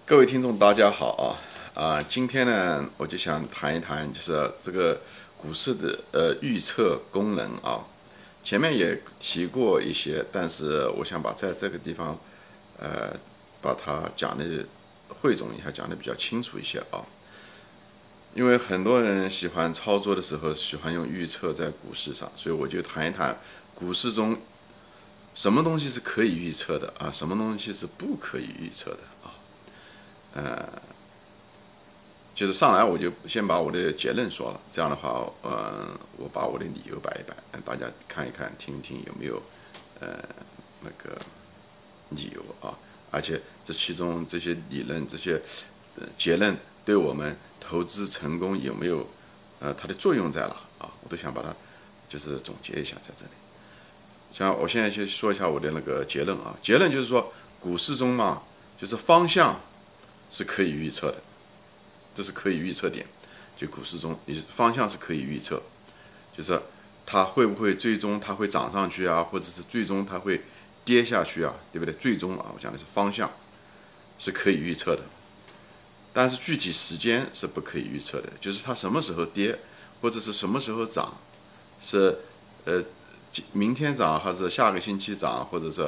各位听众，大家好今天呢，我就想谈一谈，就是这个股市的预测功能啊。前面也提过一些，但是我想在这个地方把它讲的汇总一下，讲的比较清楚一些啊。因为很多人喜欢操作的时候喜欢用预测在股市上，所以我就谈一谈股市中什么东西是可以预测的啊，什么东西是不可以预测的啊。就是上来我就先把我的结论说了，这样的话，我把我的理由摆一摆，大家看一看，听一听有没有那个理由啊。而且这其中这些理论、这些结论对我们投资成功有没有它的作用在哪啊？我都想把它就是总结一下在这里。像我现在就说一下我的那个结论啊，结论就是说，股市中嘛，就是方向是可以预测的。这是可以预测点，就股市中，你方向是可以预测，就是它会不会最终它会涨上去啊，或者是最终它会跌下去啊，对不对？最终啊，我讲的是方向是可以预测的，但是具体时间是不可以预测的，就是它什么时候跌，或者是什么时候涨，是明天涨还是下个星期涨，或者是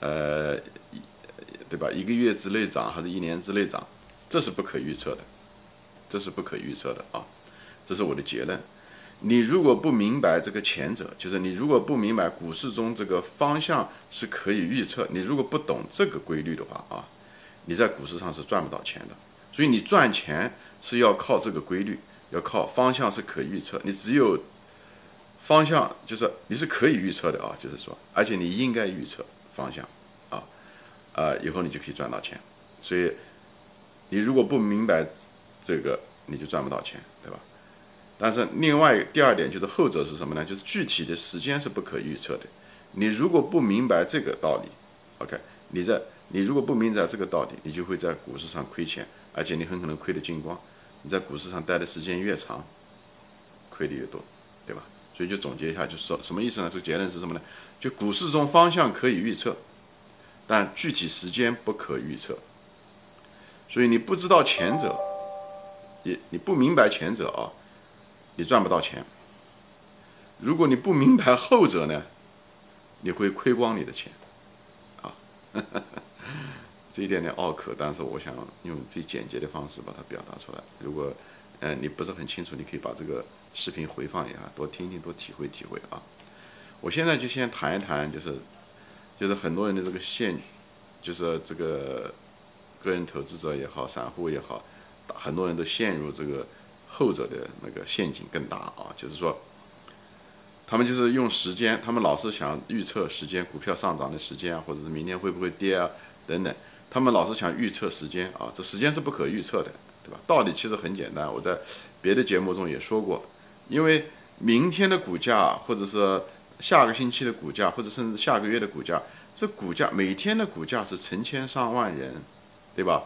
对吧？一个月之内涨还是一年之内涨，这是不可预测的。这是不可预测的啊，这是我的结论。你如果不明白这个前者，就是你如果不明白股市中这个方向是可以预测，你如果不懂这个规律的话啊，你在股市上是赚不到钱的。所以你赚钱是要靠这个规律，要靠方向是可预测。你只有方向就是你是可以预测的啊，就是说，而且你应该预测方向啊，以后你就可以赚到钱。所以你如果不明白这个你就赚不到钱，对吧？但是另外第二点就是后者是什么呢？就是具体的时间是不可预测的。你如果不明白这个道理 ，OK，你如果不明白这个道理，你就会在股市上亏钱，而且你很可能亏得精光。你在股市上待的时间越长，亏的越多，对吧？所以就总结一下，就是说什么意思呢？这个结论是什么呢？就股市中方向可以预测，但具体时间不可预测。所以你不知道前者。你不明白前者啊，你赚不到钱。如果你不明白后者呢，你会亏光你的钱啊。这一点点拗口，但是我想用最简洁的方式把它表达出来。如果你不是很清楚，你可以把这个视频回放一下，多听听，多体会体会啊。我现在就先谈一谈，就是很多人的这个就是这个个人投资者也好，散户也好。很多人都陷入这个后者的那个陷阱更大啊，就是说，他们就是用时间，他们老是想预测时间，股票上涨的时间啊，或者是明天会不会跌啊，等等，他们老是想预测时间啊，这时间是不可预测的，对吧？道理其实很简单，我在别的节目中也说过，因为明天的股价，或者是下个星期的股价，或者甚至下个月的股价，这股价每天的股价是成千上万人，对吧？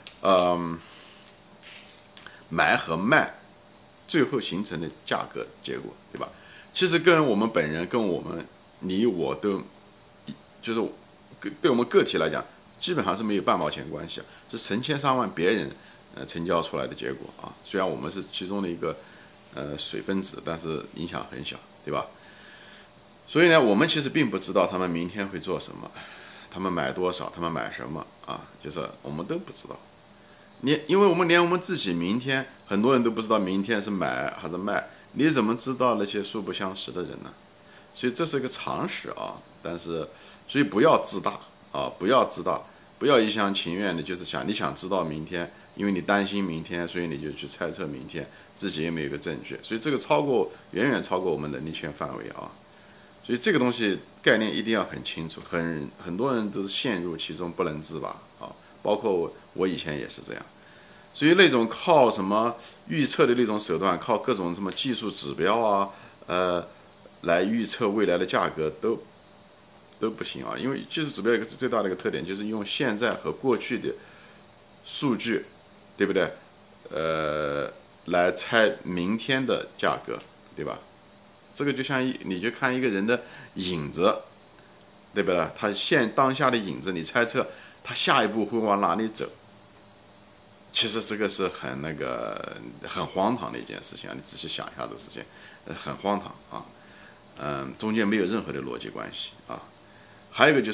买和卖，最后形成的价格结果，对吧？其实跟我们本人，跟我们你我都，就是对我们个体来讲，基本上是没有半毛钱关系，是成千上万别人成交出来的结果啊。虽然我们是其中的一个水分子，但是影响很小，对吧？所以呢，我们其实并不知道他们明天会做什么，他们买多少，他们买什么啊，就是我们都不知道。因为我们连我们自己明天，很多人都不知道明天是买还是卖，你怎么知道那些素不相识的人呢？所以这是一个常识啊。但是，所以不要自大啊，不要自大，不要一厢情愿的，就是你想知道明天，因为你担心明天，所以你就去猜测明天，自己也没有一个证据，所以这个远远超过我们能力圈范围啊。所以这个东西概念一定要很清楚，很多人都是陷入其中不能自拔啊，包括我以前也是这样。所以那种靠什么预测的那种手段，靠各种什么技术指标啊，来预测未来的价格都不行啊。因为技术指标一个最大的一个特点就是用现在和过去的数据，对不对？来猜明天的价格，对吧？这个就像你就看一个人的影子，对不对？他当下的影子，你猜测他下一步会往哪里走， 其实这个是很荒唐的一件事情啊！你仔细想一下这个事情，很荒唐啊。中间没有任何的逻辑关系啊。还有一个就是，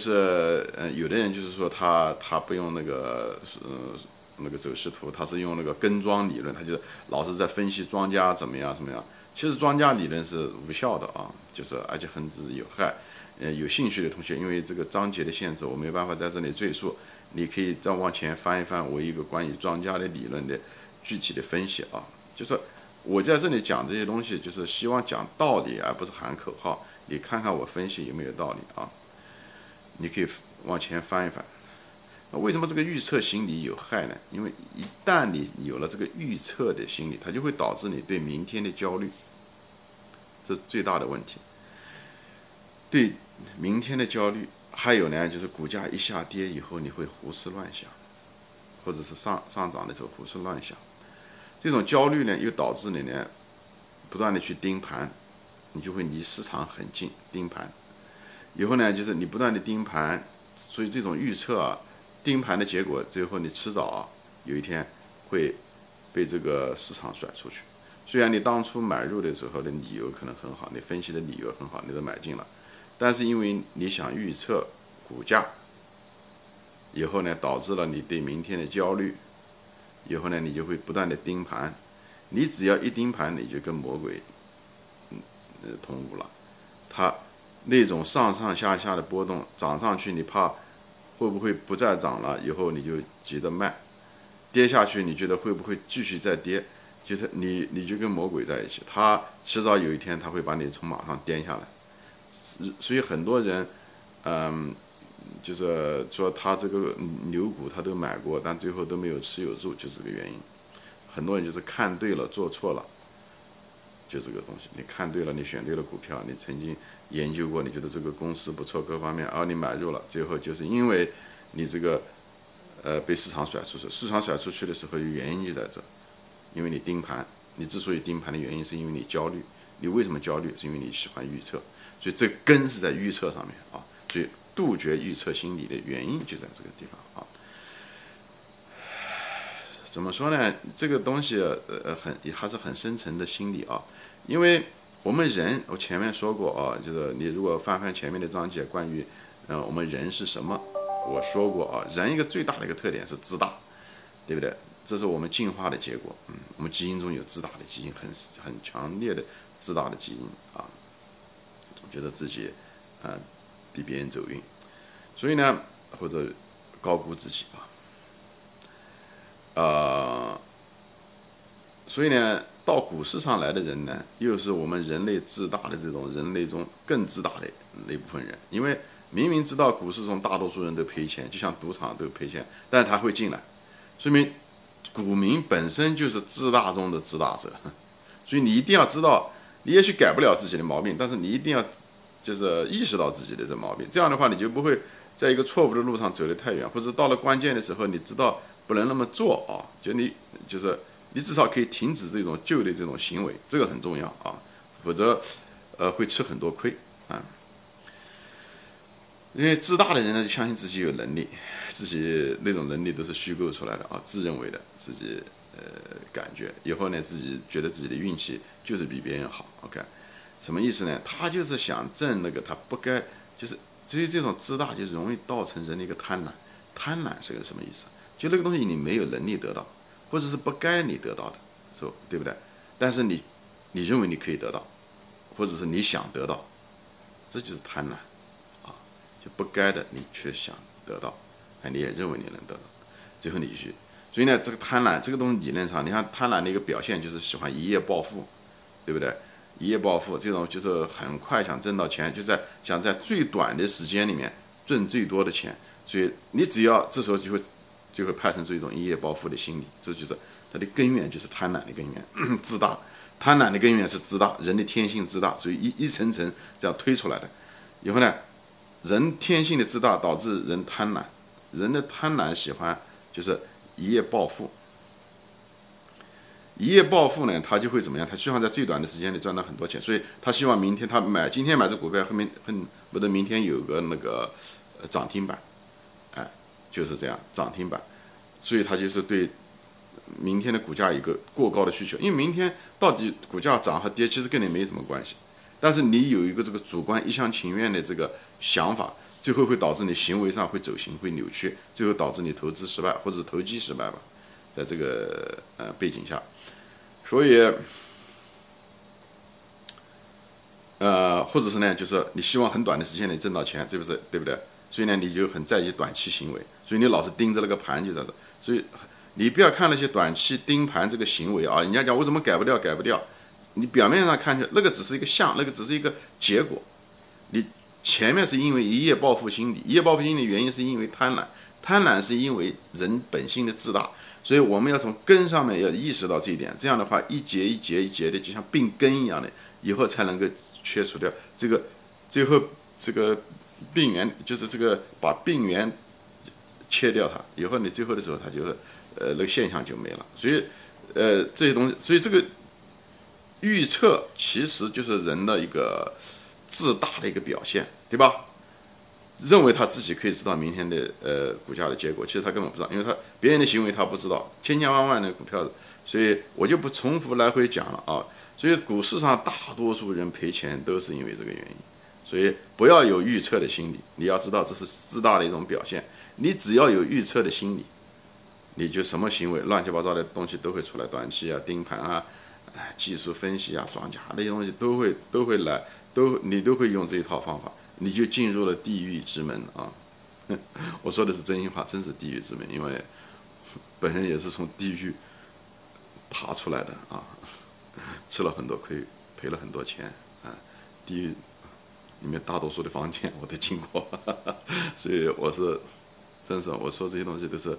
有的人就是说他不用那个走势图，他是用那个跟庄理论，他就老是在分析庄家怎么样怎么样。其实庄家理论是无效的啊，就是而且很有害。有兴趣的同学，因为这个章节的限制，我没办法在这里赘述。你可以再往前翻一翻我一个关于庄家的理论的具体的分析啊。就是我在这里讲这些东西，就是希望讲道理，而不是喊口号。你看看我分析有没有道理啊？你可以往前翻一翻。那为什么这个预测心理有害呢？因为一旦你有了这个预测的心理，它就会导致你对明天的焦虑，这是最大的问题。对明天的焦虑，还有呢，就是股价一下跌以后，你会胡思乱想，或者是上涨的时候胡思乱想。这种焦虑呢，又导致你呢不断的去盯盘，你就会离市场很近。盯盘以后呢，就是你不断的盯盘，所以这种预测啊，盯盘的结果，最后你迟早有一天会被这个市场甩出去。虽然你当初买入的时候的理由可能很好，你分析的理由很好，你都买进了，但是因为你想预测股价，以后呢，导致了你对明天的焦虑，以后呢，你就会不断的盯盘。你只要一盯盘，你就跟魔鬼同舞了。它那种上上下下的波动，涨上去你怕会不会不再涨了，以后你就急着卖；跌下去你觉得会不会继续再跌，就是你就跟魔鬼在一起，他迟早有一天他会把你从马上颠下来。所以很多人，就是说他这个牛股他都买过，但最后都没有持有住，就是这个原因。很多人就是看对了做错了，就这个东西。你看对了，你选对了股票，你曾经研究过，你觉得这个公司不错，各方面，你买入了，最后就是因为你这个被市场甩出去，市场甩出去的时候原因就在这，因为你盯盘。你之所以盯盘的原因是因为你焦虑。你为什么焦虑？是因为你喜欢预测，所以这根是在预测上面啊。所以杜绝预测心理的原因就在这个地方啊。怎么说呢？这个东西还是很深层的心理啊。因为我们人，我前面说过啊，就是你如果翻翻前面的章节，关于我们人是什么，我说过啊，人一个最大的一个特点是自大，对不对？这是我们进化的结果。我们基因中有自大的基因，很强烈的自大的基因啊，总觉得自己比别人走运，所以呢，或者高估自己所以呢，到股市上来的人呢，又是我们人类自大的这种人类中更自大的那部分人。因为明明知道股市中大多数人都赔钱，就像赌场都赔钱，但是他会进来，说明股民本身就是自大中的自大者。所以你一定要知道，你也许改不了自己的毛病，但是你一定要就是意识到自己的这毛病。这样的话，你就不会在一个错误的路上走得太远，或者到了关键的时候，你知道不能那么做啊。你至少可以停止这种旧的这种行为，这个很重要啊，否则会吃很多亏啊。因为自大的人呢，就相信自己有能力，自己那种能力都是虚构出来的啊，自认为的，自己感觉以后呢，自己觉得自己的运气就是比别人好。OK， 什么意思呢？他就是想挣那个他不该，就是至于这种自大，就容易造成人的一个贪婪。贪婪是个什么意思？就那个东西你没有能力得到，或者是不该你得到的，说对不对？但是你认为你可以得到，或者是你想得到，这就是贪婪。就不该的你却想得到，你也认为你能得到，最后你去。所以呢，这个贪婪这个东西理论上，你看贪婪的一个表现就是喜欢一夜暴富，对不对？一夜暴富这种就是很快想挣到钱，想在最短的时间里面挣最多的钱，所以你只要这时候就会派生出一种一夜暴富的心理，这就是它的根源，就是贪婪的根源，自大。贪婪的根源是自大，人的天性自大，所以一层层这样推出来的。以后呢，人天性的自大导致人贪婪，人的贪婪喜欢就是一夜暴富。一夜暴富呢，他就会怎么样？他希望在最短的时间里赚到很多钱，所以他希望明天今天买这股票，不得明天有个那个涨停板，就是这样涨停板，所以他就是对明天的股价有一个过高的需求，因为明天到底股价涨和跌其实跟你没什么关系，但是你有一个这个主观一厢情愿的这个想法，最后会导致你行为上会走形，会扭曲，最后导致你投资失败或者投机失败吧。在这个背景下，所以或者是呢，就是你希望很短的时间内挣到钱，对不对？所以呢，你就很在意短期行为，所以你老是盯着那个盘就在这。所以你不要看那些短期盯盘这个行为啊，人家讲我怎么改不掉，你表面上看起来那个只是一个像，那个只是一个结果。你前面是因为一夜暴富心理，一夜暴富心理原因是因为贪婪，贪婪是因为人本性的自大。所以我们要从根上面要意识到这一点，这样的话一节一节一节的，就像病根一样的，以后才能够切除掉这个，最后这个病源就是这个把病源切掉它，以后你最后的时候它就那个现象就没了。所以这些东西，所以这个预测其实就是人的一个自大的一个表现，对吧？认为他自己可以知道明天的股价的结果，其实他根本不知道，因为他别人的行为他不知道，千千万万的股票，所以我就不重复来回讲了啊。所以股市上大多数人赔钱都是因为这个原因，所以不要有预测的心理，你要知道这是自大的一种表现。你只要有预测的心理，你就什么行为乱七八糟的东西都会出来，短期啊、盯盘啊、技术分析啊、庄家那些东西都会来，你都会用这一套方法。你就进入了地狱之门啊！我说的是真心话，真是地狱之门，因为本人也是从地狱爬出来的啊，吃了很多亏，赔了很多钱啊，地狱里面大多数的房间我都进过，所以我是真是我说这些东西都是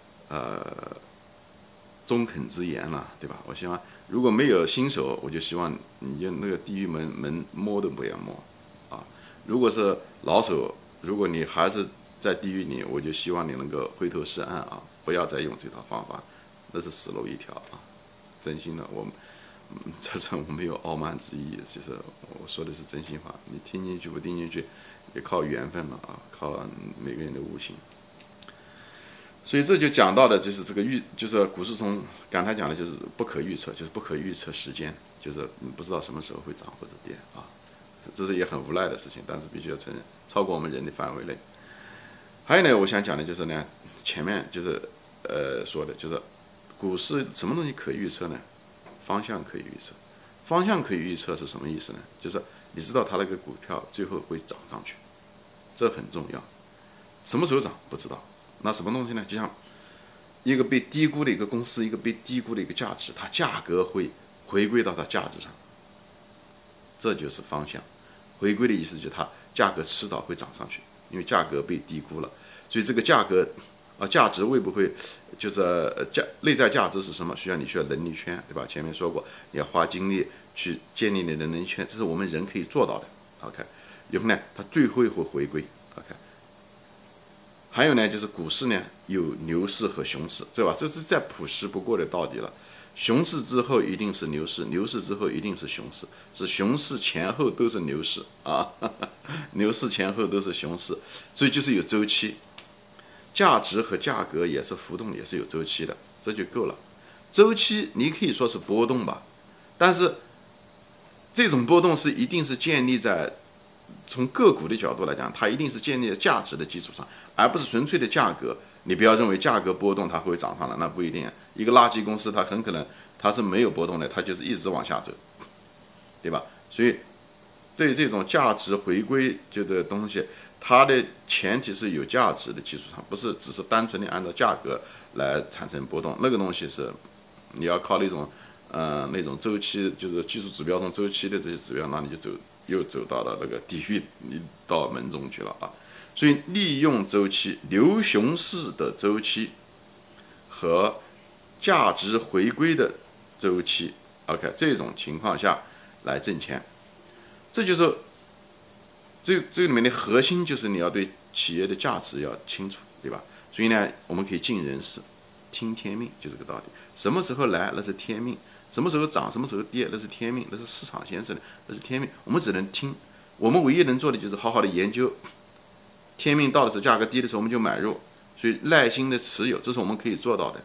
中肯之言了，对吧？我希望如果没有新手，我就希望你就那个地狱门摸都不要摸。如果是老手，如果你还是在地狱里，我就希望你能够回头是岸啊，不要再用这套方法，那是死路一条啊！真心的，这次我没有傲慢之意，其实我说的是真心话，你听进去不听进去，也靠缘分了啊，靠每个人的悟性。所以这就讲到的就是这个就是股市中刚才讲的就是不可预测，就是不可预测时间，就是你不知道什么时候会涨或者跌啊。这是也很无奈的事情，但是必须要承认，超过我们人的范围内。还有呢，我想讲的就是呢，前面就是说的，就是股市什么东西可预测呢？方向可以预测。方向可以预测是什么意思呢？就是你知道它那个股票最后会涨上去，这很重要。什么时候涨不知道。那什么东西呢？就像一个被低估的一个公司，一个被低估的一个价值，它价格会回归到它价值上，这就是方向。回归的意思就是它价格迟早会涨上去，因为价格被低估了，所以这个价格价值会不会就是内在价值是什么？需要能力圈，对吧？前面说过，你要花精力去建立你的能力圈，这是我们人可以做到的。OK， 以后呢，它最后会回归。OK， 还有呢，就是股市呢有牛市和熊市，对吧？这是再朴实不过的道理了。熊市之后一定是牛市，牛市之后一定是熊市，是熊市前后都是牛市啊，牛市前后都是熊市，所以就是有周期，价值和价格也是浮动，也是有周期的，这就够了。周期你可以说是波动吧，但是这种波动是一定是建立在从个股的角度来讲，它一定是建立在价值的基础上，而不是纯粹的价格。你不要认为价格波动它会涨上来，那不一定。一个垃圾公司它很可能它是没有波动的，它就是一直往下走，对吧？所以对这种价值回归的东西，它的前提是有价值的基础上，不是只是单纯的按照价格来产生波动。那个东西是你要靠那种周期，就是技术指标中周期的这些指标，那你就又走到了那个地狱，你到门中去了啊。所以利用周期，牛熊市的周期和价值回归的周期 ，OK， 这种情况下来挣钱，这就是这里面的核心，就是你要对企业的价值要清楚，对吧？所以呢，我们可以尽人事，听天命，就这个道理。什么时候来那是天命，什么时候涨，什么时候跌那是天命，那是市场先生的，那是天命。我们只能听，我们唯一能做的就是好好的研究。天命到的时候，价格低的时候我们就买入，所以耐心的持有，这是我们可以做到的。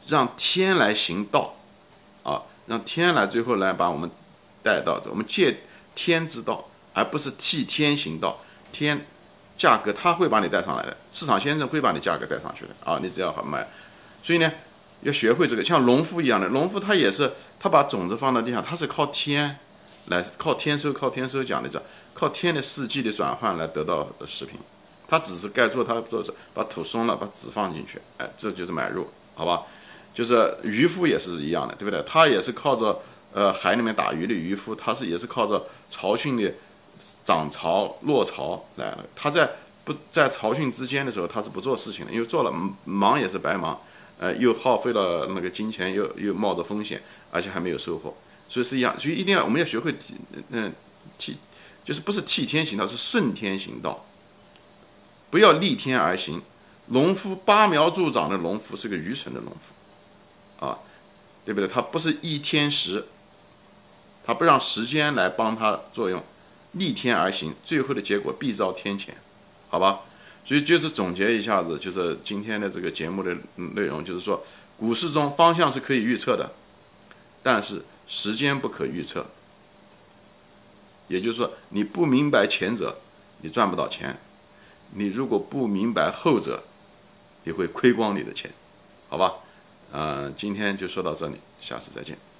让天来行道啊，让天来最后来把我们带到这，我们借天之道，而不是替天行道。天价格它会把你带上来的，市场先生会把你价格带上去的啊，你只要好卖。所以呢，要学会这个，像农夫一样的，农夫他也是，他把种子放到地上，他是靠天来，靠天收讲的这，靠天的四季的转换来得到的食品。他只是该做他做，把土松了，把籽放进去，哎，这就是买入，好吧？就是渔夫也是一样的，对不对？他也是靠着海里面打鱼的渔夫，他也是靠着潮汛的涨潮落潮来了。他在潮汛之间的时候，他是不做事情的，因为做了忙也是白忙，又耗费了那个金钱，又冒着风险，而且还没有收获，所以是一样。所以一定要我们要学会就是不是替天行道，是顺天行道。不要逆天而行，农夫拔苗助长的农夫是个愚蠢的农夫，啊，对不对？他不是依天时，他不让时间来帮他作用，逆天而行，最后的结果必遭天谴，好吧？所以就是总结一下子，就是今天的这个节目的内容，就是说，股市中方向是可以预测的，但是时间不可预测。也就是说，你不明白前者，你赚不到钱。你如果不明白后者，你会亏光你的钱，好吧？今天就说到这里，下次再见。